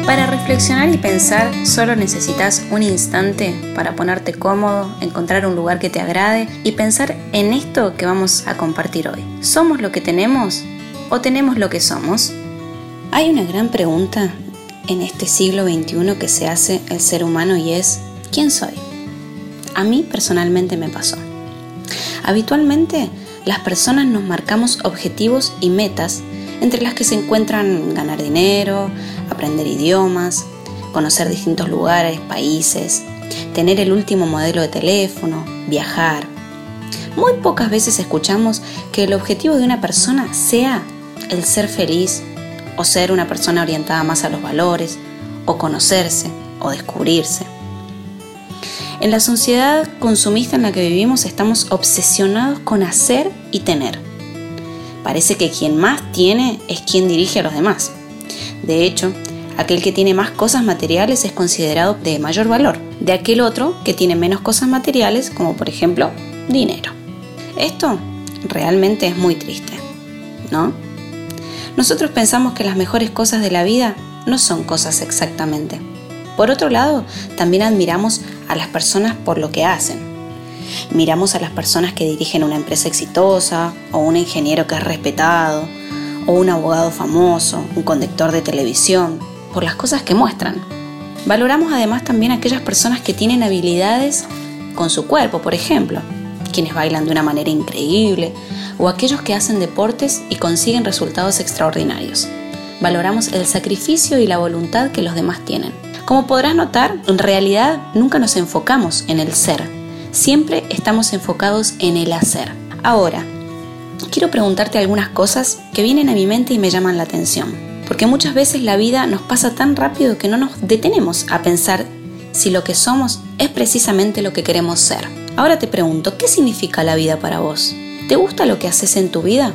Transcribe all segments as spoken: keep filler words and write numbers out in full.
Para reflexionar y pensar, solo necesitas un instante para ponerte cómodo, encontrar un lugar que te agrade y pensar en esto que vamos a compartir hoy. ¿Somos lo que tenemos o tenemos lo que somos? Hay una gran pregunta en este siglo veintiuno que se hace el ser humano y es ¿quién soy? A mí personalmente me pasó. Habitualmente las personas nos marcamos objetivos y metas entre las que se encuentran ganar dinero, aprender idiomas, conocer distintos lugares, países, tener el último modelo de teléfono, viajar. Muy pocas veces escuchamos que el objetivo de una persona sea el ser feliz o ser una persona orientada más a los valores, o conocerse o descubrirse. En la sociedad consumista en la que vivimos estamos obsesionados con hacer y tener. Parece que quien más tiene es quien dirige a los demás. De hecho, aquel que tiene más cosas materiales es considerado de mayor valor de aquel otro que tiene menos cosas materiales, como por ejemplo, dinero. Esto realmente es muy triste, ¿no? Nosotros pensamos que las mejores cosas de la vida no son cosas exactamente. Por otro lado, también admiramos a las personas por lo que hacen. Miramos a las personas que dirigen una empresa exitosa, o un ingeniero que es respetado, o un abogado famoso, un conductor de televisión, por las cosas que muestran. Valoramos además también a aquellas personas que tienen habilidades con su cuerpo, por ejemplo, quienes bailan de una manera increíble, o aquellos que hacen deportes y consiguen resultados extraordinarios. Valoramos el sacrificio y la voluntad que los demás tienen. Como podrás notar, en realidad nunca nos enfocamos en el ser. Siempre estamos enfocados en el hacer. Ahora, quiero preguntarte algunas cosas que vienen a mi mente y me llaman la atención. Porque muchas veces la vida nos pasa tan rápido que no nos detenemos a pensar si lo que somos es precisamente lo que queremos ser. Ahora te pregunto, ¿qué significa la vida para vos? ¿Te gusta lo que haces en tu vida?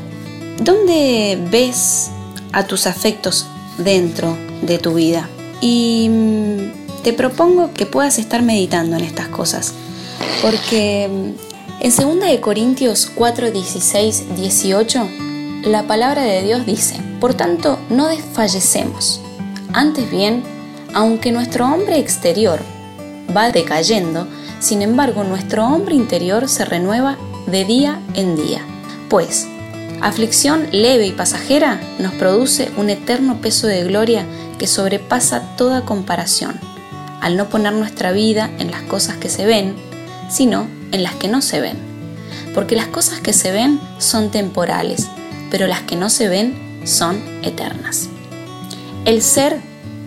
¿Dónde ves a tus afectos dentro de tu vida? Y mmm, te propongo que puedas estar meditando en estas cosas. Porque en segunda de Corintios cuatro, dieciséis, dieciocho, la palabra de Dios dice: por tanto, no desfallecemos. Antes bien, aunque nuestro hombre exterior va decayendo, sin embargo, nuestro hombre interior se renueva de día en día. Pues, aflicción leve y pasajera nos produce un eterno peso de gloria que sobrepasa toda comparación, al no poner nuestra vida en las cosas que se ven, sino en las que no se ven. Porque las cosas que se ven son temporales, pero las que no se ven son eternas. El ser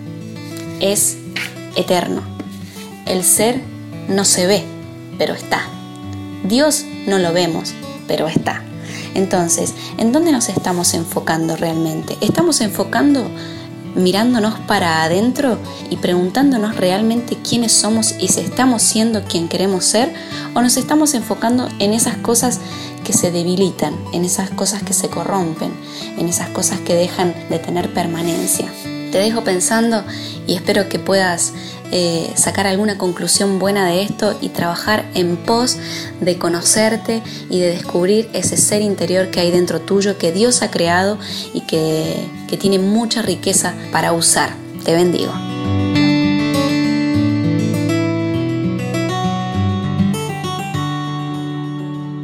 es eterno. El ser no se ve, pero está. Dios no lo vemos, pero está. Entonces, ¿en dónde nos estamos enfocando realmente? ¿Estamos enfocando mirándonos para adentro y preguntándonos realmente quiénes somos y si estamos siendo quien queremos ser, o nos estamos enfocando en esas cosas que se debilitan, en esas cosas que se corrompen, en esas cosas que dejan de tener permanencia? Te dejo pensando y espero que puedas eh, sacar alguna conclusión buena de esto y trabajar en pos de conocerte y de descubrir ese ser interior que hay dentro tuyo, que Dios ha creado y que, que tiene mucha riqueza para usar. Te bendigo.